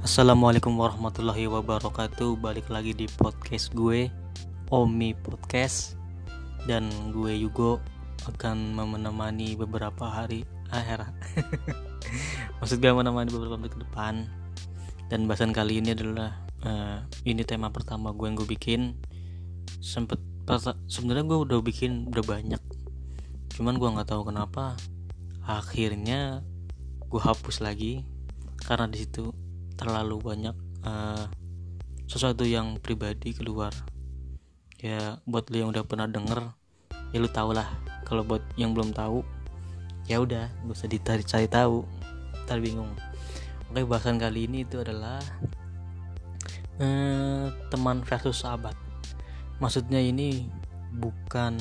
Assalamualaikum warahmatullahi wabarakatuh. Balik lagi di podcast gue, Omi Podcast. Dan gue Yugo akan menemani beberapa hari akhir maksud gue menemani beberapa menit ke depan. Dan bahasan kali ini adalah ini tema pertama gue yang gue bikin. Sebenarnya gue udah bikin udah banyak, cuman gue nggak tahu kenapa akhirnya gue hapus lagi karena di situ terlalu banyak sesuatu yang pribadi keluar. Ya buat lu yang udah pernah denger, ya lu tau lah. Kalau buat yang belum tahu, ya udah gak usah cari tahu, ntar bingung. Oke, bahasan kali ini itu adalah teman versus sahabat. Maksudnya ini bukan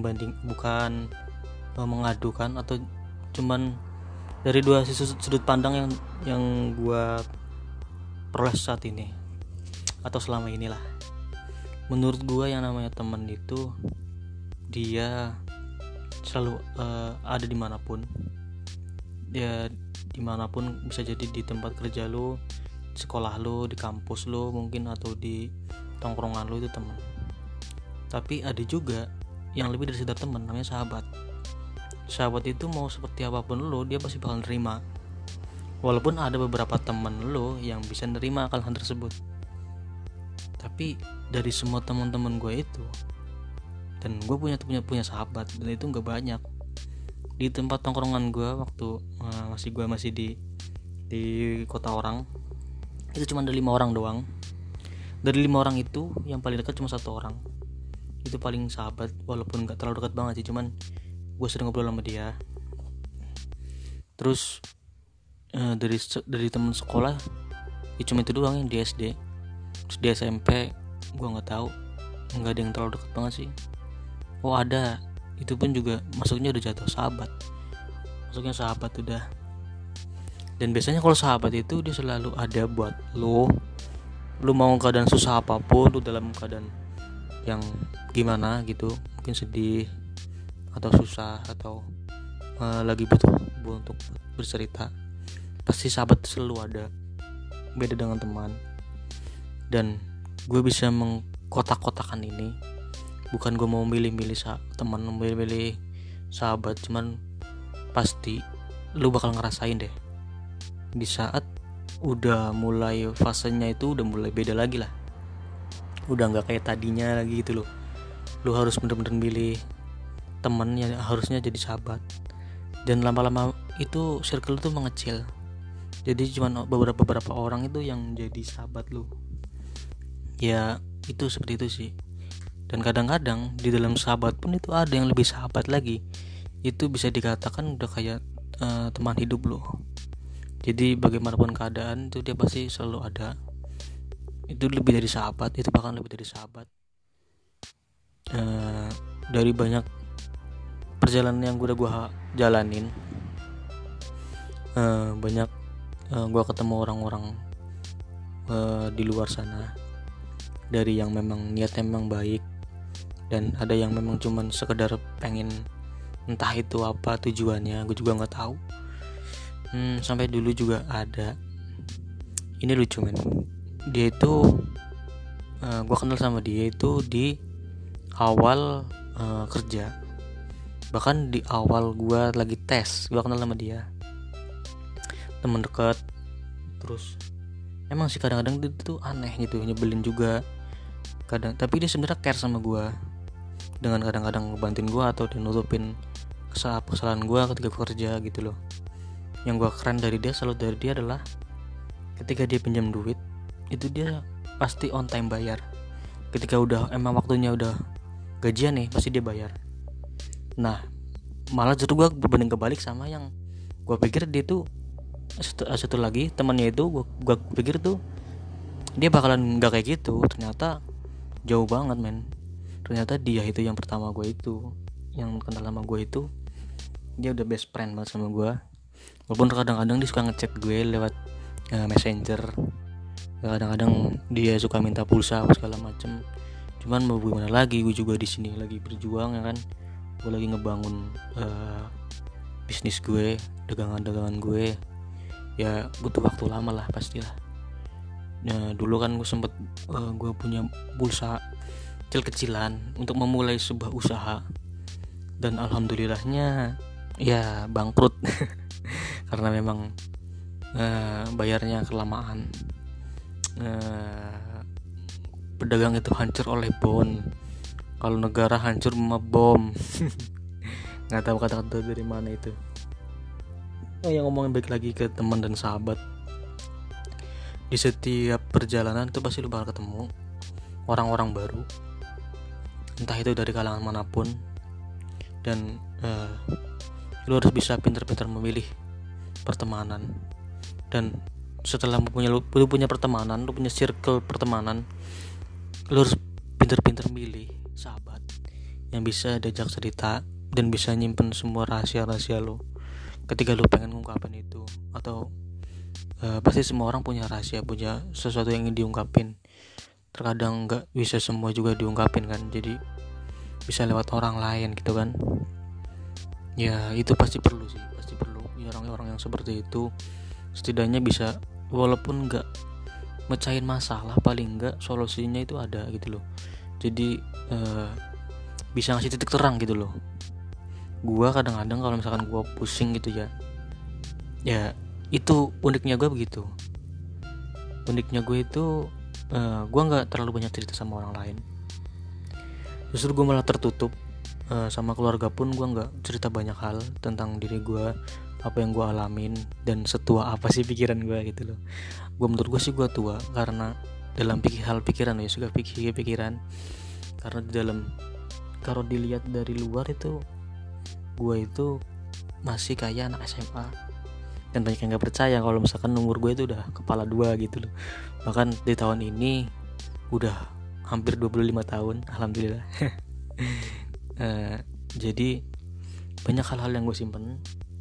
mengadukan atau cuman dari dua sudut pandang yang gua peroleh saat ini atau selama inilah. Menurut gua yang namanya teman itu dia selalu ada dimanapun. Dia dimanapun, bisa jadi di tempat kerja lu, sekolah lu, di kampus lu mungkin, atau di tongkrongan lu, itu teman. Tapi ada juga yang lebih dari sekedar teman, namanya sahabat. Sahabat itu mau seperti apapun lo, dia pasti bakal nerima. Walaupun ada beberapa teman lo yang bisa nerima hal tersebut. Tapi dari semua teman-teman gue itu, dan gue punya sahabat, dan itu nggak banyak. Di tempat tongkrongan gue waktu masih di kota orang, itu cuma ada 5 orang doang. Dari 5 orang itu yang paling dekat cuma 1 orang. Itu paling sahabat, walaupun nggak terlalu dekat banget sih, cuman gue sering ngobrol sama dia. Terus dari teman sekolah ya cuma itu doang yang di SD. Terus di SMP gue nggak tahu, nggak ada yang terlalu dekat banget sih. Oh ada, itu pun juga masuknya udah jatuh sahabat, masuknya sahabat udah. Dan biasanya kalau sahabat itu dia selalu ada buat lo mau keadaan susah apapun, lu dalam keadaan yang gimana gitu, mungkin sedih atau susah atau lagi butuh untuk bercerita, pasti sahabat selalu ada. Beda dengan teman. Dan gue bisa mengkotak-kotakan ini, bukan gue mau milih-milih teman, milih sahabat, cuman pasti lu bakal ngerasain deh di saat udah mulai fasenya itu udah mulai beda lagi lah, udah nggak kayak tadinya lagi gitu loh. Lu harus bener-bener milih teman yang harusnya jadi sahabat, dan lama-lama itu circle itu mengecil, jadi cuma beberapa orang itu yang jadi sahabat lu. Ya itu seperti itu sih. Dan kadang-kadang di dalam sahabat pun itu ada yang lebih sahabat lagi, itu bisa dikatakan udah kayak teman hidup lu. Jadi bagaimanapun keadaan itu dia pasti selalu ada. Itu lebih dari sahabat, itu bahkan lebih dari sahabat. Dari banyak perjalanan yang gue jalanin, banyak gue ketemu orang-orang di luar sana, dari yang memang niatnya memang baik, dan ada yang memang cuman sekedar pengen, entah itu apa tujuannya gue juga nggak tahu. Sampai dulu juga ada, ini lucu men, dia itu gue kenal sama dia itu di awal kerja. Bahkan di awal gue lagi tes, gue kenal sama dia, teman dekat. Terus emang sih kadang-kadang dia tuh aneh gitu, nyebelin juga kadang, tapi dia sebenarnya care sama gue, dengan kadang-kadang ngebantuin gue atau dia nutupin kesalahan gue ketika gue kerja gitu loh. Yang gue keren dari dia, salut dari dia adalah ketika dia pinjam duit itu dia pasti on time bayar. Ketika udah emang waktunya udah gajian nih, pasti dia bayar. Nah malah justru gue berbanding kebalik sama yang gue pikir dia tuh satu lagi temannya itu, gue pikir tuh dia bakalan nggak kayak gitu. Ternyata jauh banget men. Ternyata dia itu yang pertama gue itu, yang kenal sama gue itu, dia udah best friend banget sama gue. Walaupun kadang-kadang dia suka ngechat gue lewat messenger, kadang-kadang dia suka minta pulsa apa segala macem. Cuman mau gimana lagi, gue juga di sini lagi berjuang ya kan. Gue lagi ngebangun bisnis gue, dagangan gue. Ya butuh waktu lama lah pastilah. Dulu kan gue punya pulsa kecil-kecilan untuk memulai sebuah usaha, dan alhamdulillahnya ya bangkrut karena memang bayarnya kelamaan. Pedagang itu hancur oleh bon, kalau negara hancur sama bom. Nggak tahu kata-kata dari mana itu. Yang ngomongin balik lagi ke teman dan sahabat, di setiap perjalanan itu pasti lu bakal ketemu orang-orang baru, entah itu dari kalangan manapun, dan lu harus bisa pintar-pintar memilih pertemanan. Dan setelah lu punya pertemanan, lu punya circle pertemanan, lu harus pintar-pintar milih sahabat yang bisa diajak cerita dan bisa nyimpen semua rahasia-rahasia lu ketika lu pengen ngungkapin itu. Atau pasti semua orang punya rahasia, punya sesuatu yang ingin diungkapin. Terkadang nggak bisa semua juga diungkapin kan, jadi bisa lewat orang lain gitu kan. Ya itu pasti perlu ya, orang-orang yang seperti itu setidaknya bisa, walaupun nggak mecahin masalah, paling nggak solusinya itu ada gitu loh. Jadi bisa ngasih titik terang gitu loh. Gua kadang-kadang kalau misalkan gua pusing gitu ya itu uniknya gue begitu. Uniknya gue itu gue nggak terlalu banyak cerita sama orang lain. Justru gue malah tertutup. Sama keluarga pun gue nggak cerita banyak hal tentang diri gue, apa yang gue alamin, dan setua apa sih pikiran gue gitu loh. Menurut gue sih gue tua karena dalam hal pikiran ya, suka pikiran. Karena di dalam, kalau dilihat dari luar itu gue itu masih kayak anak SMA, dan banyak yang gak percaya kalau misalkan umur gue itu udah kepala 2 gitu loh. Bahkan di tahun ini udah hampir 25 tahun, alhamdulillah. Jadi banyak hal-hal yang gue simpen.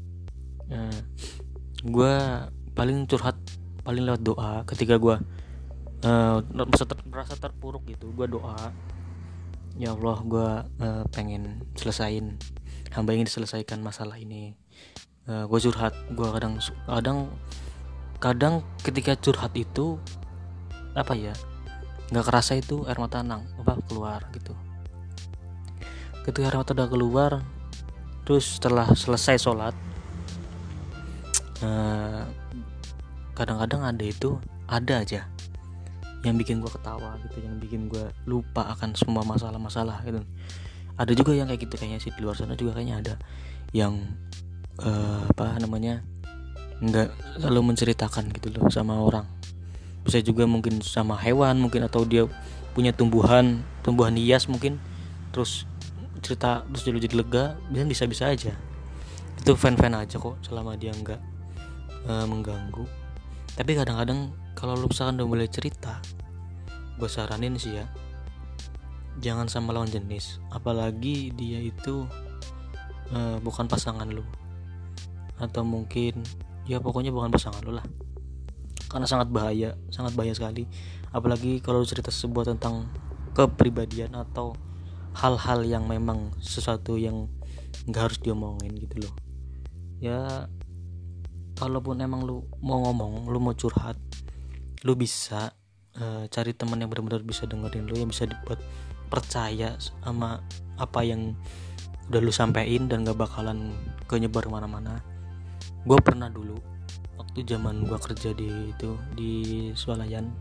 Gue paling curhat paling lewat doa. Ketika gue merasa terpuruk gitu, gue doa, ya Allah, gue pengen selesain, hamba ingin diselesaikan masalah ini. Gue curhat. Gue kadang ketika curhat itu apa ya, nggak kerasa itu air mata keluar gitu. Ketika air mata udah keluar, terus setelah selesai sholat, kadang-kadang ada aja yang bikin gue ketawa gitu, yang bikin gue lupa akan semua masalah-masalah gitu. Ada juga yang kayak gitu, kayaknya sih di luar sana juga kayaknya ada yang nggak selalu menceritakan gitu loh sama orang. Bisa juga mungkin sama hewan mungkin, atau dia punya tumbuhan hias mungkin, terus cerita terus jadi lega, bisa aja. Itu fan aja kok selama dia nggak mengganggu. Tapi kadang-kadang kalau lu misalkan udah mulai cerita, gue saranin sih ya, jangan sama lawan jenis, apalagi dia itu bukan pasangan lu, atau mungkin ya pokoknya bukan pasangan lu lah, karena sangat bahaya sekali. Apalagi kalau cerita sebuah tentang kepribadian atau hal-hal yang memang sesuatu yang nggak harus diomongin gitu loh. Ya kalaupun emang lu mau ngomong, lu mau curhat, lu bisa cari teman yang benar-benar bisa dengerin lu, yang bisa dibuat percaya sama apa yang udah lu sampein dan gak bakalan nyebar kemana-mana. Gue pernah dulu waktu zaman gue kerja di swalayan.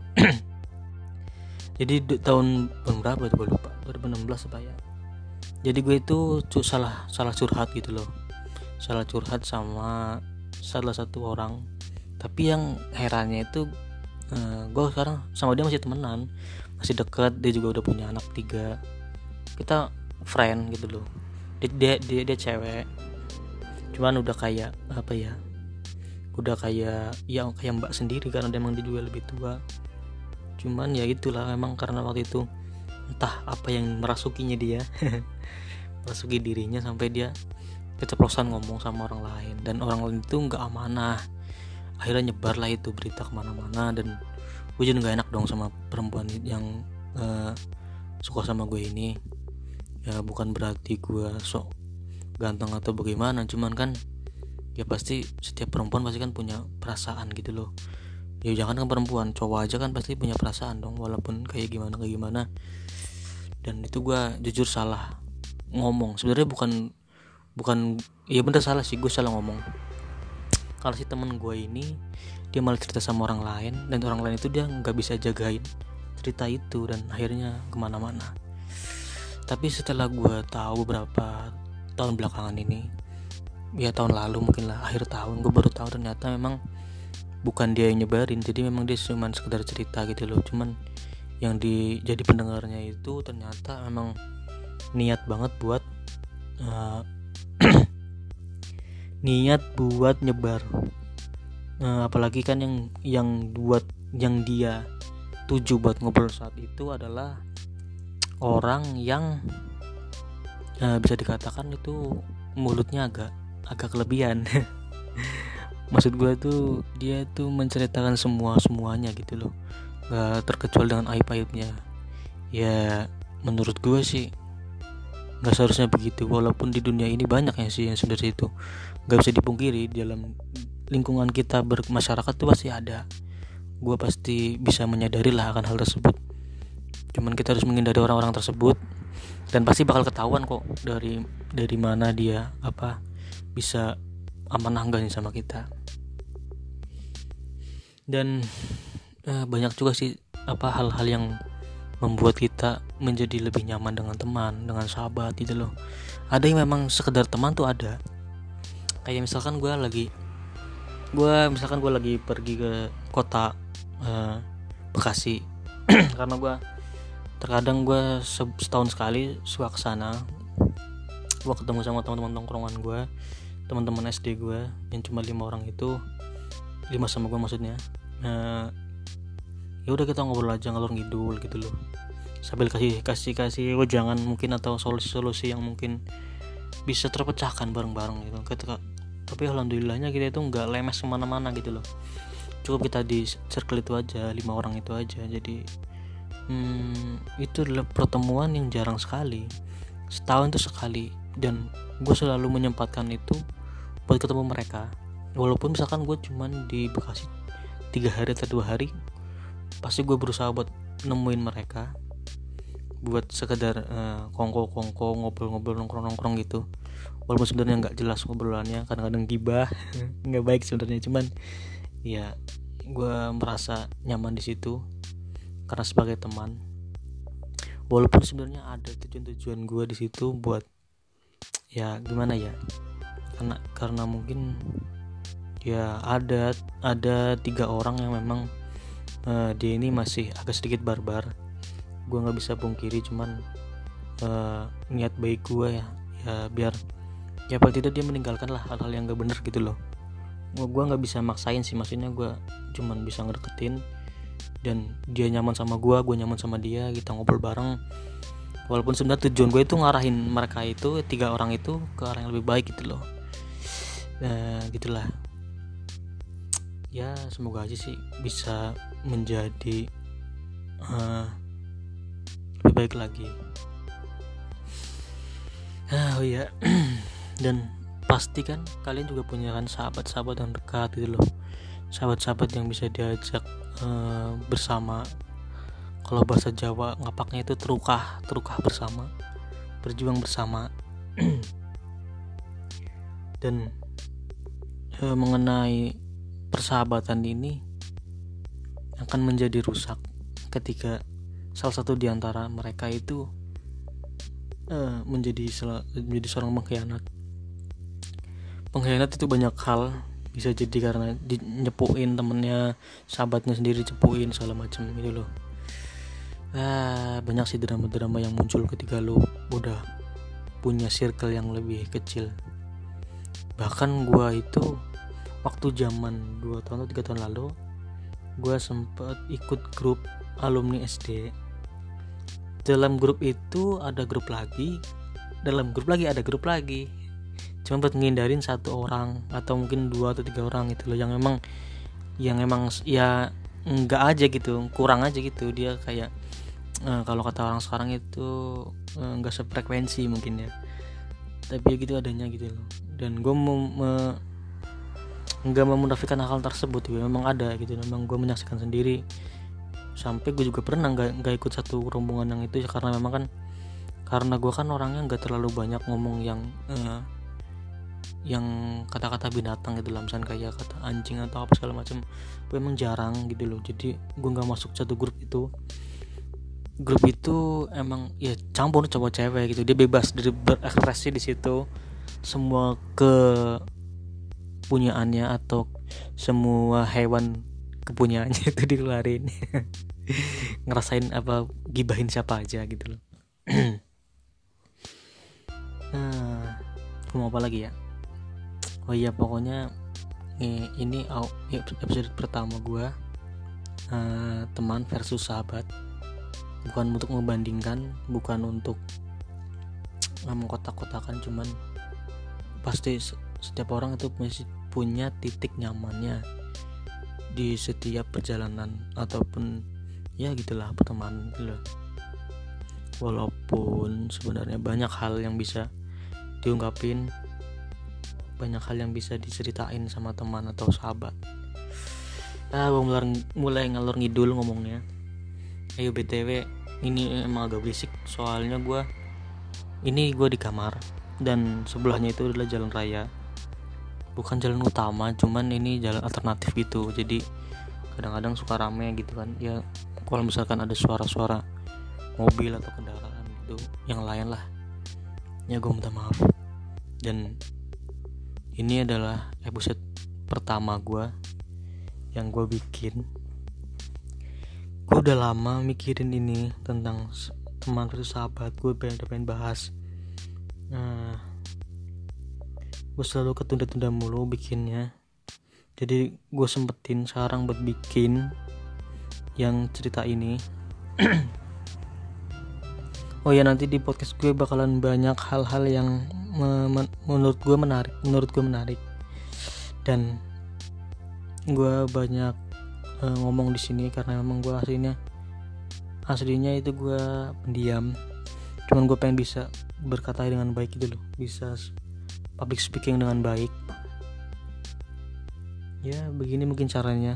Jadi tahun berapa itu gue lupa, 2016 apa ya. Jadi gue itu salah curhat gitu loh, salah curhat sama salah satu orang. Tapi yang herannya itu gue sekarang sama dia masih temenan, masih dekat. Dia juga udah punya anak 3, kita friend gitu loh. Dia cewek, cuman udah kayak apa ya, udah kayak mbak sendiri, karena dia emang dia juga lebih tua. Cuman ya itulah, memang karena waktu itu entah apa yang merasukinya dia merasuki dirinya sampai dia keceplosan ngomong sama orang lain, dan orang lain itu nggak amanah. Akhirnya nyebar lah itu berita kemana-mana, dan gue jadi nggak enak dong sama perempuan yang suka sama gue ini. Ya bukan berarti gue sok ganteng atau bagaimana, cuman kan ya pasti setiap perempuan pasti kan punya perasaan gitu loh. Ya jangan kan perempuan, cowok aja kan pasti punya perasaan dong, walaupun kayak gimana. Dan itu gue jujur salah ngomong. Sebenarnya bukan ya bener salah sih, gue salah ngomong. Kalau si temen gue ini dia malah cerita sama orang lain, dan orang lain itu dia nggak bisa jagain cerita itu, dan akhirnya kemana-mana. Tapi setelah gue tahu beberapa tahun belakangan ini, ya tahun lalu mungkin lah, akhir tahun, gue baru tahu ternyata memang bukan dia yang nyebarin. Jadi memang dia cuma sekedar cerita gitu loh. Cuman yang jadi pendengarnya itu ternyata memang niat banget buat niat buat nyebar. Apalagi kan yang dia tuju buat ngobrol saat itu adalah orang yang bisa dikatakan itu mulutnya agak kelebihan. Maksud gue tuh dia tuh menceritakan semuanya gitu loh, gak terkecuali dengan aib-aibnya. Ya menurut gue sih gak seharusnya begitu, walaupun di dunia ini banyak yang sih yang seperti itu. Gak bisa dipungkiri, di dalam lingkungan kita bermasyarakat tuh pasti ada. Gue pasti bisa menyadari lah akan hal tersebut. Cuman kita harus menghindari orang-orang tersebut, dan pasti bakal ketahuan kok dari mana dia bisa amanah enggak nih sama kita. Dan banyak juga sih hal-hal yang membuat kita menjadi lebih nyaman dengan teman, dengan sahabat gitu loh. Ada yang memang sekedar teman tuh ada. Kayak misalkan gue lagi pergi ke kota Bekasi karena terkadang gue setahun sekali suka kesana. Gue ketemu sama teman-teman tongkrongan gue, teman-teman SD gue yang cuma 5 orang itu, 5 sama gue maksudnya. Ya udah kita ngobrol aja ngalor ngidul gitu loh, sambil kasih wejangan mungkin, atau solusi yang mungkin bisa terpecahkan bareng-bareng gitu. Tapi alhamdulillahnya kita itu nggak lemes kemana-mana gitu loh. Cukup kita di circle itu aja, 5 orang itu aja. Jadi itu adalah pertemuan yang jarang sekali, setahun itu sekali, dan gue selalu menyempatkan itu buat ketemu mereka. Walaupun misalkan gue cuman di Bekasi 3 hari atau 2 hari, pasti gue berusaha buat nemuin mereka, buat sekedar kongko ngobrol nongkrong gitu. Walaupun sebenarnya nggak jelas ngobrolannya, kadang-kadang gibah nggak baik sebenarnya. Cuman ya gue merasa nyaman di situ karena sebagai teman. Walaupun sebenarnya ada tujuan gue di situ buat ya gimana ya, karena mungkin ya ada 3 orang yang memang dia ini masih agak sedikit barbar. Gue nggak bisa pungkiri, cuman niat baik gue ya biar ya paling tidak dia meninggalkan lah hal-hal yang gak bener gitu loh. Gue nggak bisa maksain sih, maksudnya gue cuman bisa ngedeketin, dan dia nyaman sama gue nyaman sama dia, kita ngobrol bareng. Walaupun sebenarnya tujuan gue itu ngarahin mereka itu 3 orang itu ke arah yang lebih baik gitu loh. Gitulah ya, semoga aja sih bisa menjadi lebih baik lagi. Oh iya. Dan pasti kan kalian juga punya kan sahabat-sahabat yang dekat gitu loh, sahabat-sahabat yang bisa diajak bersama. Kalau bahasa Jawa ngapaknya itu terukah bersama, berjuang bersama. Dan mengenai persahabatan ini akan menjadi rusak ketika salah satu di antara mereka itu menjadi seorang pengkhianat. Pengkhianat itu banyak hal, bisa jadi karena nyepuin temennya, sahabatnya sendiri cepuin segala macam gitu loh. Banyak sih drama-drama yang muncul ketika lo udah punya circle yang lebih kecil. Bahkan gue itu waktu zaman 2 tahun atau 3 tahun lalu, gue sempat ikut grup alumni SD. Dalam grup itu ada grup lagi, dalam grup lagi ada grup lagi. Cuma buat ngindarin 1 orang atau mungkin 2 atau 3 orang gitu loh, yang emang ya enggak aja gitu, kurang aja gitu. Dia kayak kalau kata orang sekarang itu enggak sefrekuensi mungkin ya, tapi ya gitu adanya gitu loh. Dan gue nggak memunafikan hal tersebut ya, memang ada gitu, memang gue menyaksikan sendiri. Sampai gue juga pernah nggak ikut satu rombongan yang itu ya, karena memang kan karena gue kan orangnya nggak terlalu banyak ngomong yang kata-kata binatang gitu lah, misalnya kayak kata anjing atau apa segala macam, gue emang jarang gitu loh. Jadi gue nggak masuk satu grup itu emang ya campur cowok cewek gitu, dia bebas dari berekspresi di situ, semua kepunyaannya atau semua hewan kepunyaannya itu dikeluarin. Ngerasain apa, gibahin siapa aja gitu loh. Nah, mau apa lagi ya? Oh iya, pokoknya ini episode pertama gue, teman versus sahabat. Bukan untuk membandingkan, bukan untuk mengkotak-kotakan, cuman pasti setiap orang itu masih punya titik nyamannya di setiap perjalanan ataupun ya gitulah pertemanan gitu loh. Walaupun sebenarnya banyak hal yang bisa diungkapin, banyak hal yang bisa diceritain sama teman atau sahabat. Gue mulai ngalor ngidul ngomongnya. Ayo BTW, ini emang agak berisik soalnya gue di kamar dan sebelahnya itu adalah jalan raya, bukan jalan utama, cuman ini jalan alternatif gitu. Jadi kadang-kadang suka rame gitu kan ya, kalau misalkan ada suara-suara mobil atau kendaraan gitu yang lain lah ya, gue minta maaf. Dan ini adalah episode pertama gue yang gue bikin. Gue udah lama mikirin ini tentang teman versus sahabat, gue pengen bahas. Gue selalu ketunda-tunda mulu bikinnya, jadi gue sempetin sekarang buat bikin yang cerita ini. Oh ya, nanti di podcast gue bakalan banyak hal-hal yang menurut gue menarik, dan gue banyak ngomong di sini karena memang gue aslinya itu gue pendiam, cuman gue pengen bisa berkata dengan baik gitu loh, bisa public speaking dengan baik ya. Begini mungkin caranya.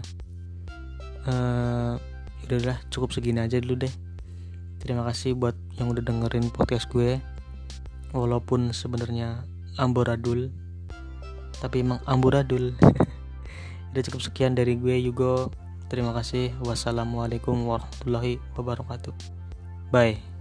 Udahlah, cukup segini aja dulu deh. Terima kasih buat yang udah dengerin podcast gue, walaupun sebenarnya amburadul, tapi emang amburadul. Udah cukup sekian dari gue, Yugo. Terima kasih. Wassalamualaikum warahmatullahi wabarakatuh. Bye.